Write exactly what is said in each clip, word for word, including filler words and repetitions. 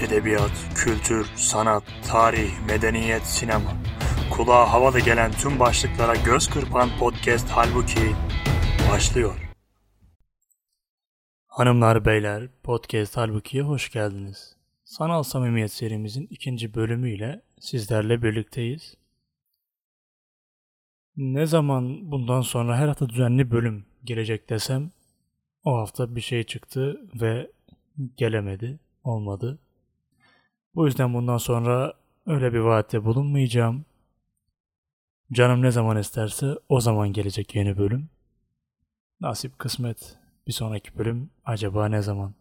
edebiyat, kültür, sanat, tarih, medeniyet, sinema. Kulağa havalı gelen tüm başlıklara göz kırpan podcast Halbuki başlıyor. Hanımlar beyler, podcast Halbuki'ye hoş geldiniz. Sanal Samimiyet serimizin ikinci bölümüyle sizlerle birlikteyiz. Ne zaman bundan sonra her hafta düzenli bölüm gelecek desem, o hafta bir şey çıktı ve gelemedi, olmadı. Bu yüzden bundan sonra öyle bir vaatte bulunmayacağım. Canım ne zaman isterse o zaman gelecek yeni bölüm. Nasip kısmet, bir sonraki bölüm acaba ne zaman?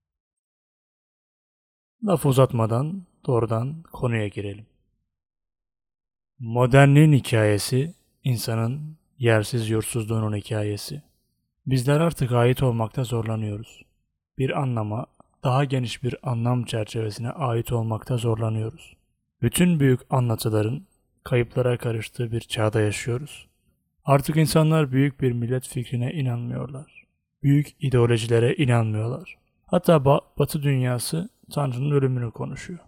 Laf uzatmadan doğrudan konuya girelim. Modernliğin hikayesi, insanın yersiz yursuzluğunun hikayesi. Bizler artık ait olmakta zorlanıyoruz. Bir anlama, daha geniş bir anlam çerçevesine ait olmakta zorlanıyoruz. Bütün büyük anlatıların kayıplara karıştığı bir çağda yaşıyoruz. Artık insanlar büyük bir millet fikrine inanmıyorlar. Büyük ideolojilere inanmıyorlar. Hatta ba- Batı dünyası Tanrı'nın ölümünü konuşuyor.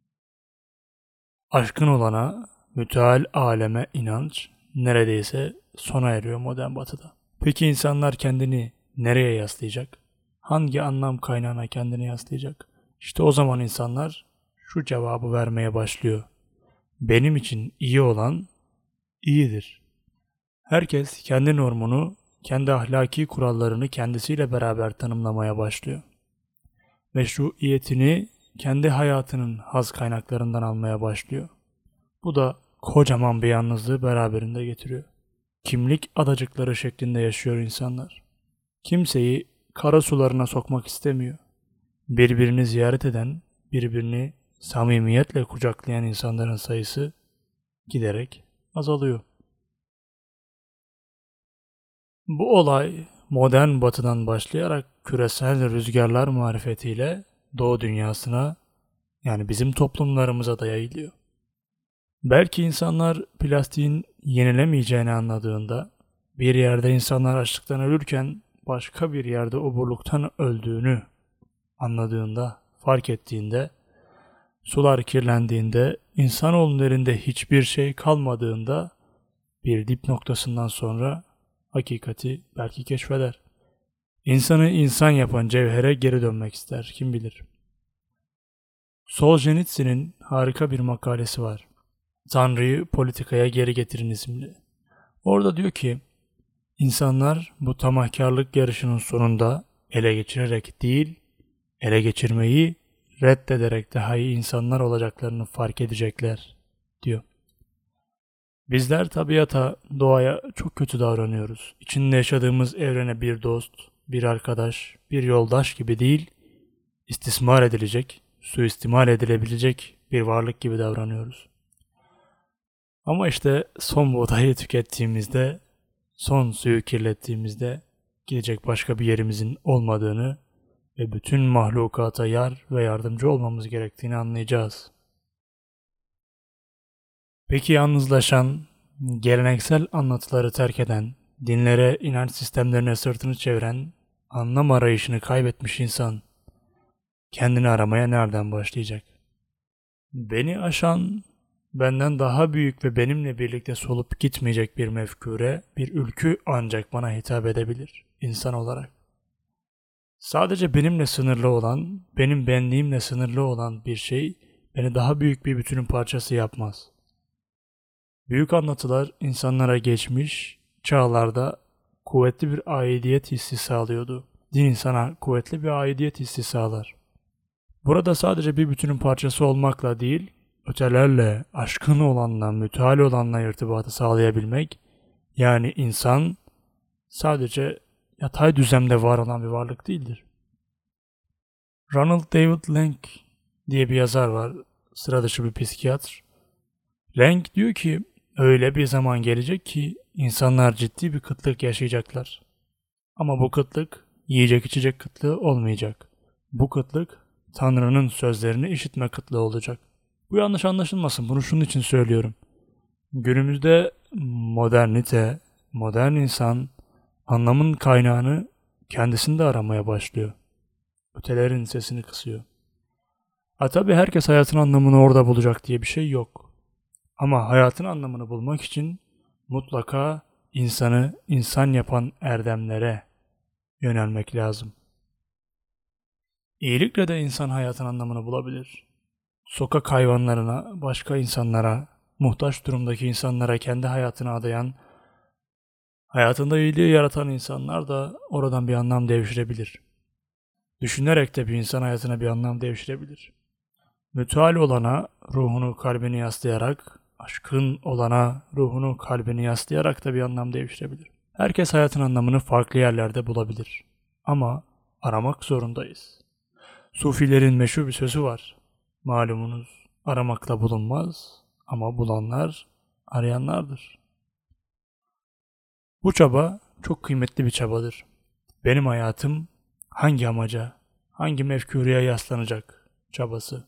Aşkın olana, müteal aleme inanç neredeyse sona eriyor modern Batı'da. Peki insanlar kendini nereye yaslayacak? Hangi anlam kaynağına kendini yaslayacak? İşte o zaman insanlar şu cevabı vermeye başlıyor. Benim için iyi olan iyidir. Herkes kendi normunu, kendi ahlaki kurallarını kendisiyle beraber tanımlamaya başlıyor. Meşruiyetini kendi hayatının haz kaynaklarından almaya başlıyor. Bu da kocaman bir yalnızlığı beraberinde getiriyor. Kimlik adacıkları şeklinde yaşıyor insanlar. Kimseyi kara sularına sokmak istemiyor. Birbirini ziyaret eden, birbirini samimiyetle kucaklayan insanların sayısı giderek azalıyor. Bu olay modern batıdan başlayarak küresel rüzgarlar marifetiyle Doğu dünyasına, yani bizim toplumlarımıza da yayılıyor. Belki insanlar plastiğin yenilemeyeceğini anladığında, bir yerde insanlar açlıktan ölürken başka bir yerde oburluktan öldüğünü anladığında, fark ettiğinde, sular kirlendiğinde, insanoğlunun elinde hiçbir şey kalmadığında bir dip noktasından sonra hakikati belki keşfeder. İnsanı insan yapan cevhere geri dönmek ister, kim bilir. Solzhenitsyn'in harika bir makalesi var. Tanrı'yı politikaya geri getirin isimli. Orada diyor ki, insanlar bu tamahkarlık yarışının sonunda ele geçirerek değil, ele geçirmeyi reddederek daha iyi insanlar olacaklarını fark edecekler, diyor. Bizler tabiata, doğaya çok kötü davranıyoruz. İçinde yaşadığımız evrene bir dost, bir arkadaş, bir yoldaş gibi değil, istismar edilecek, suistimal edilebilecek bir varlık gibi davranıyoruz. Ama işte son buğdayı tükettiğimizde, son suyu kirlettiğimizde gidecek başka bir yerimizin olmadığını ve bütün mahlukata yar ve yardımcı olmamız gerektiğini anlayacağız. Peki yalnızlaşan, geleneksel anlatıları terk eden, dinlere, inanç sistemlerine sırtını çeviren, anlam arayışını kaybetmiş insan kendini aramaya nereden başlayacak? Beni aşan, benden daha büyük ve benimle birlikte solup gitmeyecek bir mefkure, bir ülkü ancak bana hitap edebilir insan olarak. Sadece benimle sınırlı olan, benim benliğimle sınırlı olan bir şey beni daha büyük bir bütünün parçası yapmaz. Büyük anlatılar insanlara geçmiş çağlarda kuvvetli bir aidiyet hissi sağlıyordu. Din insana kuvvetli bir aidiyet hissi sağlar. Burada sadece bir bütünün parçası olmakla değil, ötelerle, aşkın olanla, müteal olanla irtibatı sağlayabilmek, yani insan sadece yatay düzlemde var olan bir varlık değildir. Ronald David Lang diye bir yazar var, sıra dışı bir psikiyatr. Lang diyor ki, öyle bir zaman gelecek ki insanlar ciddi bir kıtlık yaşayacaklar. Ama bu kıtlık yiyecek içecek kıtlığı olmayacak. Bu kıtlık Tanrı'nın sözlerini işitme kıtlığı olacak. Bu yanlış anlaşılmasın, bunu şunun için söylüyorum. Günümüzde modernite, modern insan anlamın kaynağını kendisinde aramaya başlıyor. Ötelerin sesini kısıyor. Ha tabii herkes hayatın anlamını orada bulacak diye bir şey yok. Ama hayatın anlamını bulmak için mutlaka insanı insan yapan erdemlere yönelmek lazım. İyilikle de insan hayatın anlamını bulabilir. Sokak hayvanlarına, başka insanlara, muhtaç durumdaki insanlara kendi hayatını adayan, hayatında iyiliği yaratan insanlar da oradan bir anlam devşirebilir. Düşünerek de bir insan hayatına bir anlam devşirebilir. Müteal olana ruhunu kalbini yaslayarak, aşkın olana ruhunu kalbini yaslayarak da bir anlam devşirebilir. Herkes hayatın anlamını farklı yerlerde bulabilir. Ama aramak zorundayız. Sufilerin meşhur bir sözü var. Malumunuz, aramakla bulunmaz ama bulanlar arayanlardır. Bu çaba çok kıymetli bir çabadır. Benim hayatım hangi amaca, hangi mefkureye yaslanacak çabası.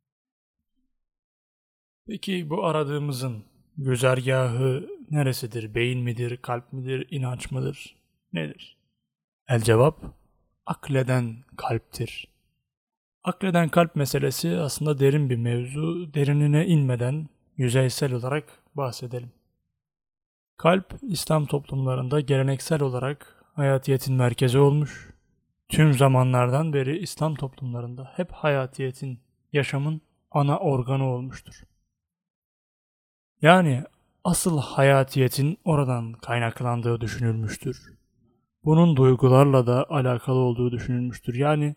Peki bu aradığımızın güzergahı neresidir? Beyin midir, kalp midir, inanç mıdır? Nedir? El cevap, akleden kalptir. Akleden kalp meselesi aslında derin bir mevzu. Derinine inmeden yüzeysel olarak bahsedelim. Kalp, İslam toplumlarında geleneksel olarak hayatiyetin merkezi olmuş. Tüm zamanlardan beri İslam toplumlarında hep hayatiyetin, yaşamın ana organı olmuştur. Yani asıl hayatiyetin oradan kaynaklandığı düşünülmüştür. Bunun duygularla da alakalı olduğu düşünülmüştür. Yani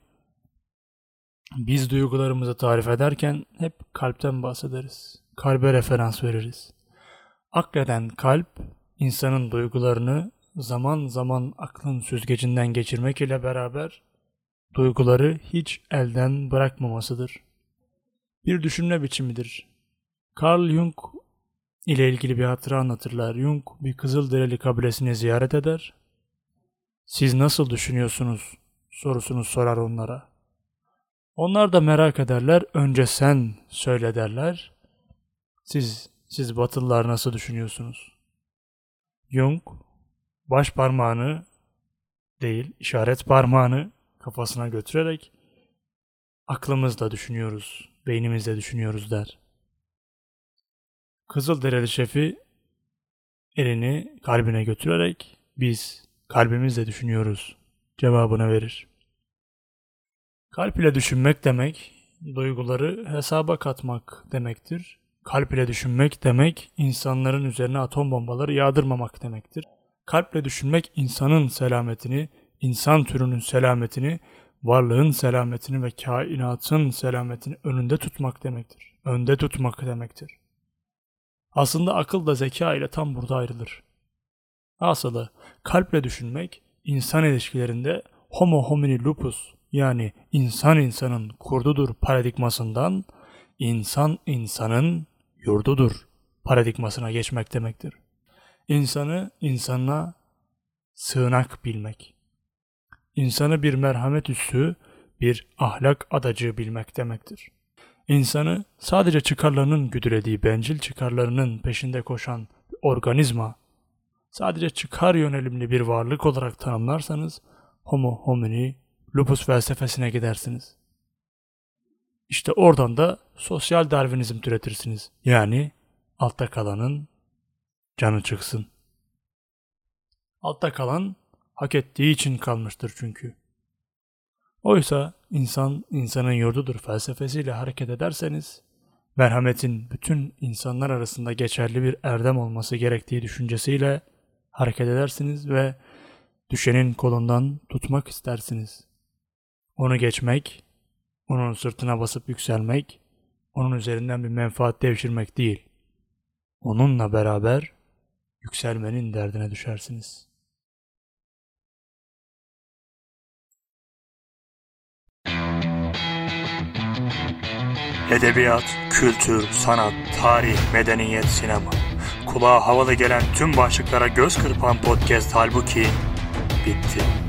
biz duygularımızı tarif ederken hep kalpten bahsederiz. Kalbe referans veririz. Akleden kalp, insanın duygularını zaman zaman aklın süzgecinden geçirmek ile beraber duyguları hiç elden bırakmamasıdır. Bir düşünme biçimidir. Carl Jung ile ilgili bir hatıra anlatırlar. Jung bir Kızılderili kabilesini ziyaret eder. Siz nasıl düşünüyorsunuz sorusunu sorar onlara. Onlar da merak ederler. Önce sen söyle derler. Siz, siz Batılılar nasıl düşünüyorsunuz? Jung baş parmağını değil, işaret parmağını kafasına götürerek aklımızla düşünüyoruz, beynimizle düşünüyoruz der. Kızılderili şefi elini kalbine götürerek biz kalbimizle düşünüyoruz cevabını verir. Kalp ile düşünmek demek, duyguları hesaba katmak demektir. Kalp ile düşünmek demek, insanların üzerine atom bombaları yağdırmamak demektir. Kalple düşünmek, insanın selametini, insan türünün selametini, varlığın selametini ve kainatın selametini önünde tutmak demektir. Önde tutmak demektir. Aslında akıl da zeka ile tam burada ayrılır. Aslı kalple düşünmek, insan ilişkilerinde homo homini lupus, yani insan insanın kurdudur paradigmasından insan insanın yurdudur paradigmasına geçmek demektir. İnsanı insanına sığınak bilmek. İnsanı bir merhamet üssü, bir ahlak adacı bilmek demektir. İnsanı sadece çıkarlarının güdülediği, bencil çıkarlarının peşinde koşan bir organizma, sadece çıkar yönelimli bir varlık olarak tanımlarsanız homo homini lupus felsefesine gidersiniz. İşte oradan da sosyal darwinizm türetirsiniz. Yani altta kalanın canı çıksın. Altta kalan hak ettiği için kalmıştır çünkü. Oysa insan insanın yurdudur felsefesiyle hareket ederseniz, merhametin bütün insanlar arasında geçerli bir erdem olması gerektiği düşüncesiyle hareket edersiniz ve düşenin kolundan tutmak istersiniz. Onu geçmek, onun sırtına basıp yükselmek, onun üzerinden bir menfaat devşirmek değil, onunla beraber yükselmenin derdine düşersiniz. Edebiyat, kültür, sanat, tarih, medeniyet, sinema. Kulağa havalı gelen tüm başlıklara göz kırpan podcast halbuki bitti.